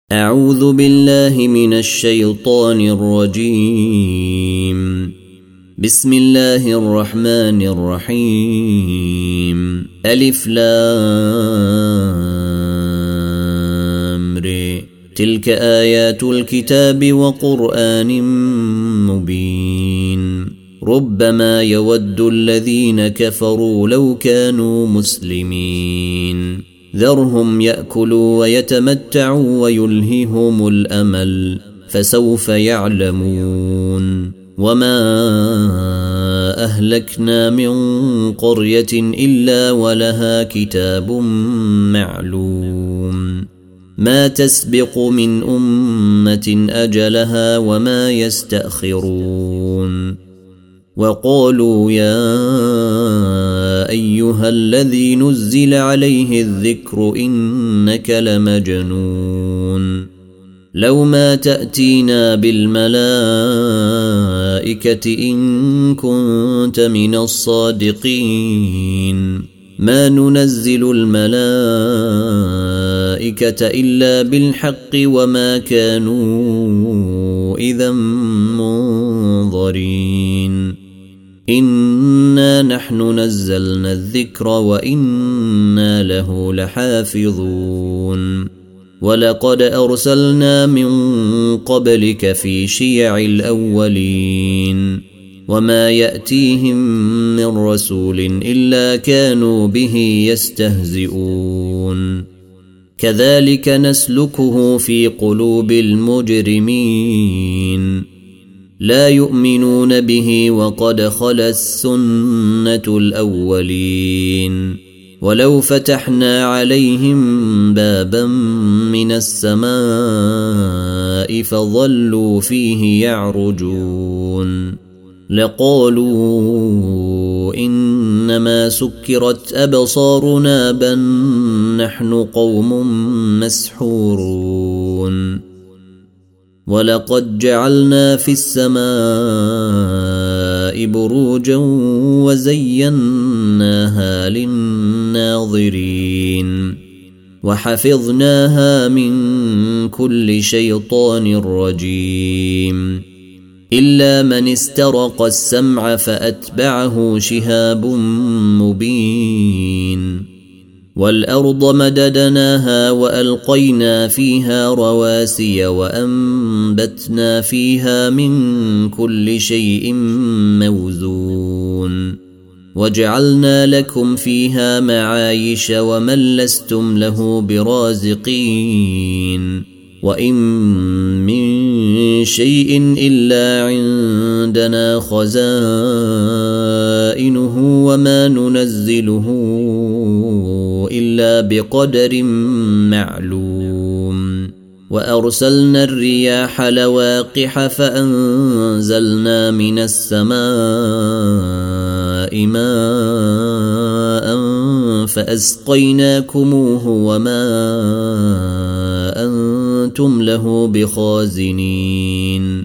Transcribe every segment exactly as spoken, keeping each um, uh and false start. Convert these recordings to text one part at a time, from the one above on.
أعوذ بالله من الشيطان الرجيم. بسم الله الرحمن الرحيم. ألف لام ر. تلك آيات الكتاب وقرآن مبين. ربما يود الذين كفروا لو كانوا مسلمين. ذرهم يأكلوا ويتمتعوا ويلههم الأمل فسوف يعلمون. وما أهلكنا من قرية إلا ولها كتاب معلوم. ما تسبق من أمة أجلها وما يستأخرون. وقالوا يا أيها الذي نزل عليه الذكر إنك لمجنون. لو ما تأتينا بالملائكة إن كنت من الصادقين. ما ننزل الملائكة إلا بالحق وما كانوا إذا منظرين. إنا نحن نزلنا الذكر وإنا له لحافظون. ولقد أرسلنا من قبلك في شيع الأولين. وما يأتيهم من رسول إلا كانوا به يستهزئون. كذلك نسلكه في قلوب المجرمين. لا يؤمنون به وقد خلت سنة الأولين. ولو فتحنا عليهم بابا من السماء فظلوا فيه يعرجون لقالوا إنما سكرت أبصارنا بل نحن قوم مسحورون. ولقد جعلنا في السماء بروجا وزيناها للناظرين. وحفظناها من كل شيطان رجيم. إلا من استرق السمع فأتبعه شهاب مبين. والأرض مددناها وألقينا فيها رواسي وأنبتنا فيها من كل شيء موزون. وجعلنا لكم فيها معايش ومن لستم له برازقين. وإن من شيء إلا عندنا خزائنه وما ننزله إلا بقدر معلوم. وأرسلنا الرياح لواقح فأنزلنا من السماء ماء فأسقيناكموه وما أنتم له بخازنين.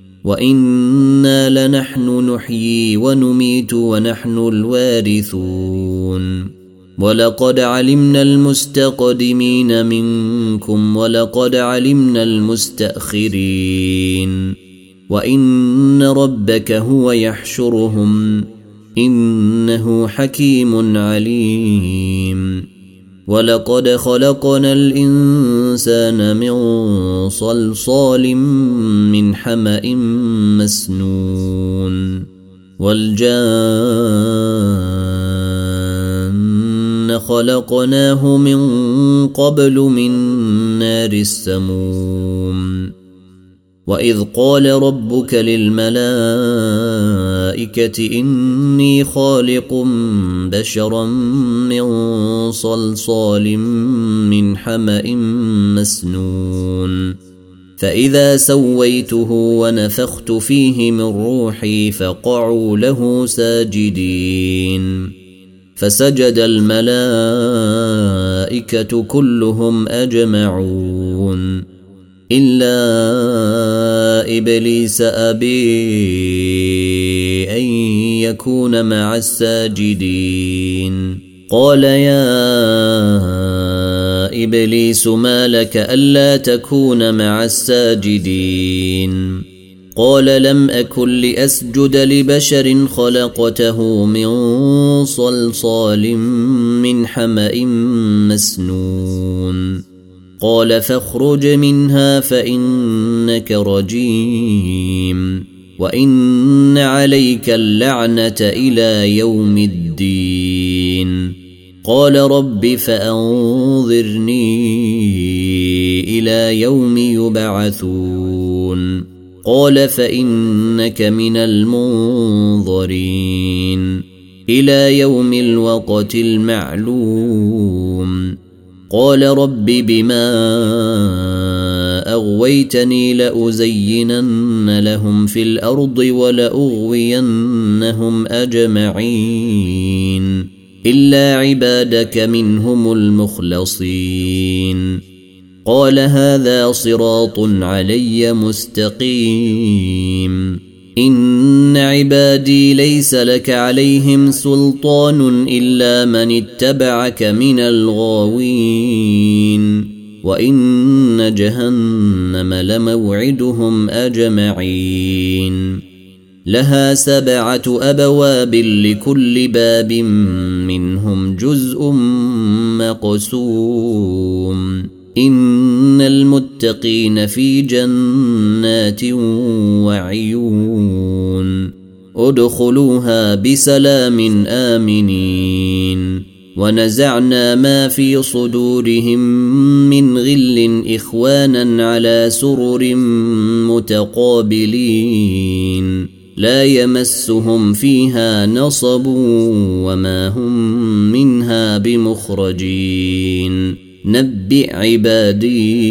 وإنا لنحن نحيي ونميت ونحن الوارثون. ولقد علمنا المستقدمين منكم ولقد علمنا المستأخرين. وإن ربك هو يحشرهم إنه حكيم عليم. ولقد خلقنا الإنسان من صلصال من حمأ مسنون. والجان خلقناه من قبل من نار السموم. وإذ قال ربك للملائكة إني خالق بشرا من صلصال من حمأ مسنون. فإذا سويته ونفخت فيه من روحي فقعوا له ساجدين. فسجد الملائكة كلهم أجمعون إلا إبليس أبي أن يكون مع الساجدين. قال يا إبليس ما لك ألا تكون مع الساجدين قال لم أكن لأسجد لبشر خلقته من صلصال من حمأ مسنون قال فاخرج منها فإنك رجيم وإن عليك اللعنة إلى يوم الدين قال رب فأنظرني إلى يوم يبعثون قال فإنك من المنظرين إلى يوم الوقت المعلوم قال رب بما أغويتني لأزينن لهم في الأرض ولأغوينهم أجمعين إلا عبادك منهم المخلصين قال هذا صراط علي مستقيم إن عبادي ليس لك عليهم سلطان إلا من اتبعك من الغاوين وإن جهنم لموعدهم أجمعين لها سبعة أبواب لكل باب منهم جزء مقسوم إن المتقين في جنات وعيون ادخلوها بسلام آمنين ونزعنا ما في صدورهم من غل إخوانا على سرر متقابلين لا يمسهم فيها نصب وما هم منها بمخرجين نبئ عبادي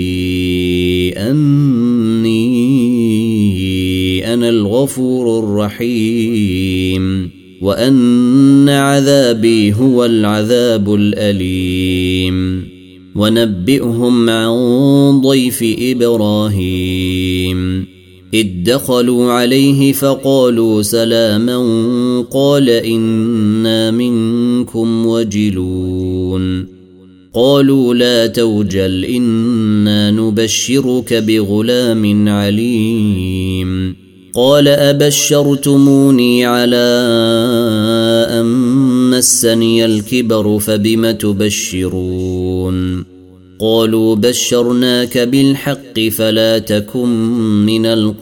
أني أنا الغفور الرحيم وأن عذابي هو العذاب الأليم ونبئهم عن ضيف إبراهيم إذ دخلوا عليه فقالوا سلاما قال إنا منكم وجلون قالوا لا توجل إنا نبشرك بغلام عليم قال أبشرتموني على أن مسني الكبر فبم تبشرون قالوا بشرناك بالحق فلا تكن من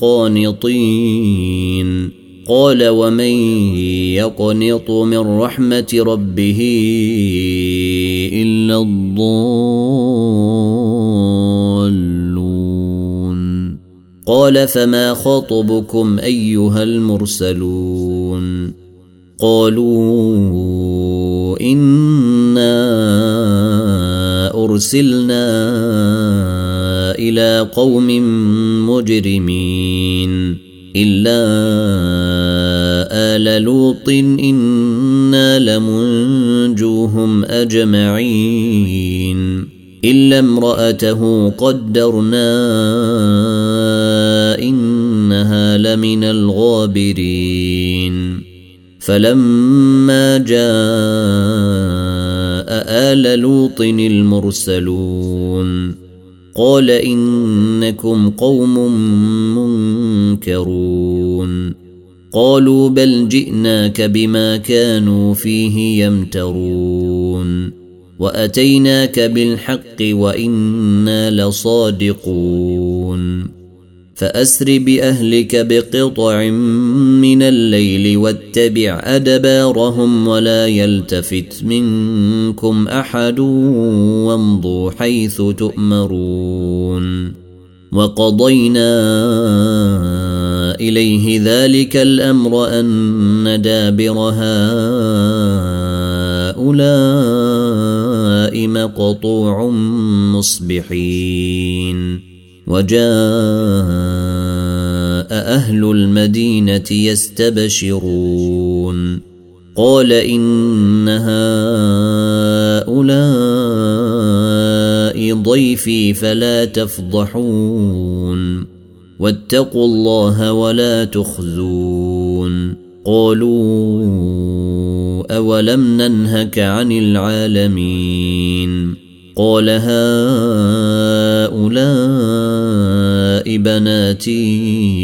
القانطين قال ومن يقنط من رحمة ربه إلا الضالون قال فما خطبكم أيها المرسلون قالوا إنا أرسلنا إلى قوم مجرمين إلا آل لوط إنا لمنجوهم أجمعين إلا امرأته قدرنا إنها لمن الغابرين فلما جاء آل لوط المرسلون قال إنكم قوم منكرون قالوا بل جئناك بما كانوا فيه يمترون وأتيناك بالحق وإنا لصادقون فأسر بأهلك بقطع من الليل واتبع أدبارهم ولا يلتفت منكم أحد وامضوا حيث تؤمرون وقضينا إليه ذلك الأمر أن دابر هؤلاء مقطوع مصبحين وجاء أهل المدينة يستبشرون قال إن هؤلاء ضيفي فلا تفضحون واتقوا الله ولا تخزون قالوا أولم ننهك عن العالمين قال هؤلاء بناتي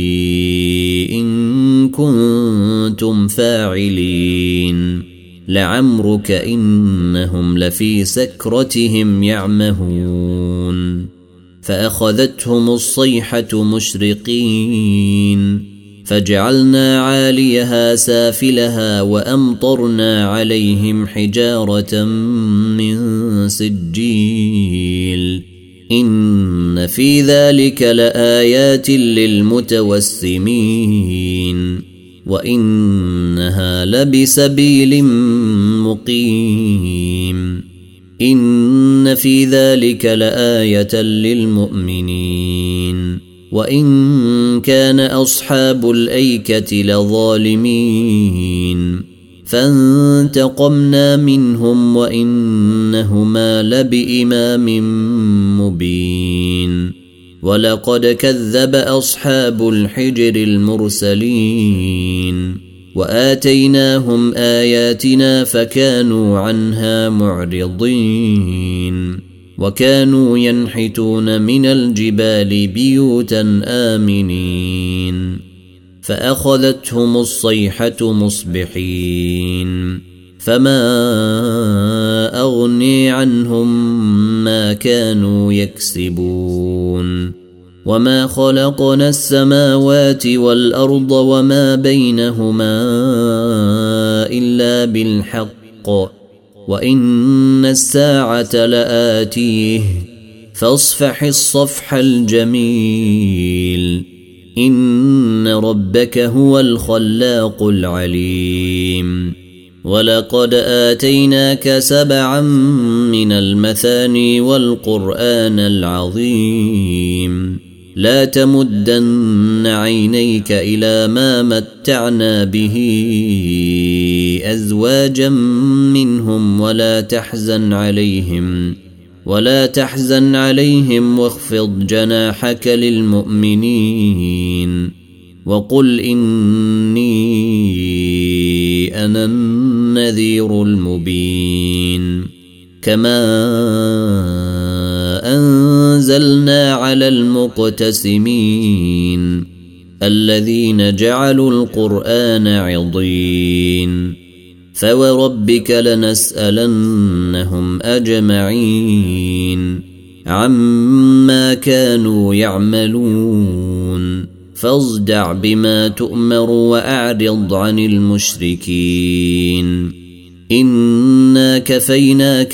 إن كنتم فاعلين لعمرك إنهم لفي سكرتهم يعمهون فأخذتهم الصيحة مشرقين فجعلنا عاليها سافلها وأمطرنا عليهم حجارة من سجيل إن في ذلك لآيات للمتوسمين وإنها لبسبيل مقيم إن في ذلك لآية للمؤمنين وإن كان أصحاب الأيكة لظالمين فانتقمنا منهم وإنهما لبإمام مبين ولقد كذب أصحاب الحجر المرسلين وآتيناهم آياتنا فكانوا عنها معرضين وكانوا ينحتون من الجبال بيوتا آمنين فأخذتهم الصيحة مصبحين فما أغني عنهم ما كانوا يكسبون وما خلقنا السماوات والأرض وما بينهما إلا بالحق وإن الساعة لآتيه فاصفح الصفح الجميل إن ربك هو الخلاق العليم ولقد آتيناك سبعا من المثاني والقرآن العظيم لا تمدن عينيك إلى ما متعنا به أزواجا منهم ولا تحزن عليهم ولا تحزن عليهم واخفض جناحك للمؤمنين وقل إني أنا النذير المبين كما أنزلنا على المقتسمين الذين جعلوا القرآن عضين فوربك لنسألنهم أجمعين عما كانوا يعملون فاصدع بما تؤمر وأعرض عن المشركين إنا كفيناك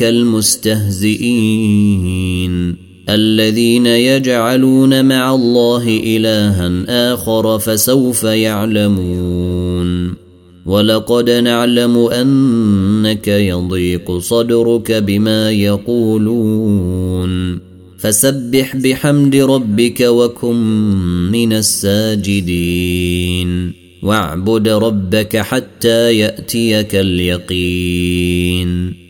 المستهزئين الذين يجعلون مع الله إلها آخر فسوف يعلمون ولقد نعلم أنك يضيق صدرك بما يقولون فسبح بحمد ربك وكن من الساجدين واعبد ربك حتى يأتيك اليقين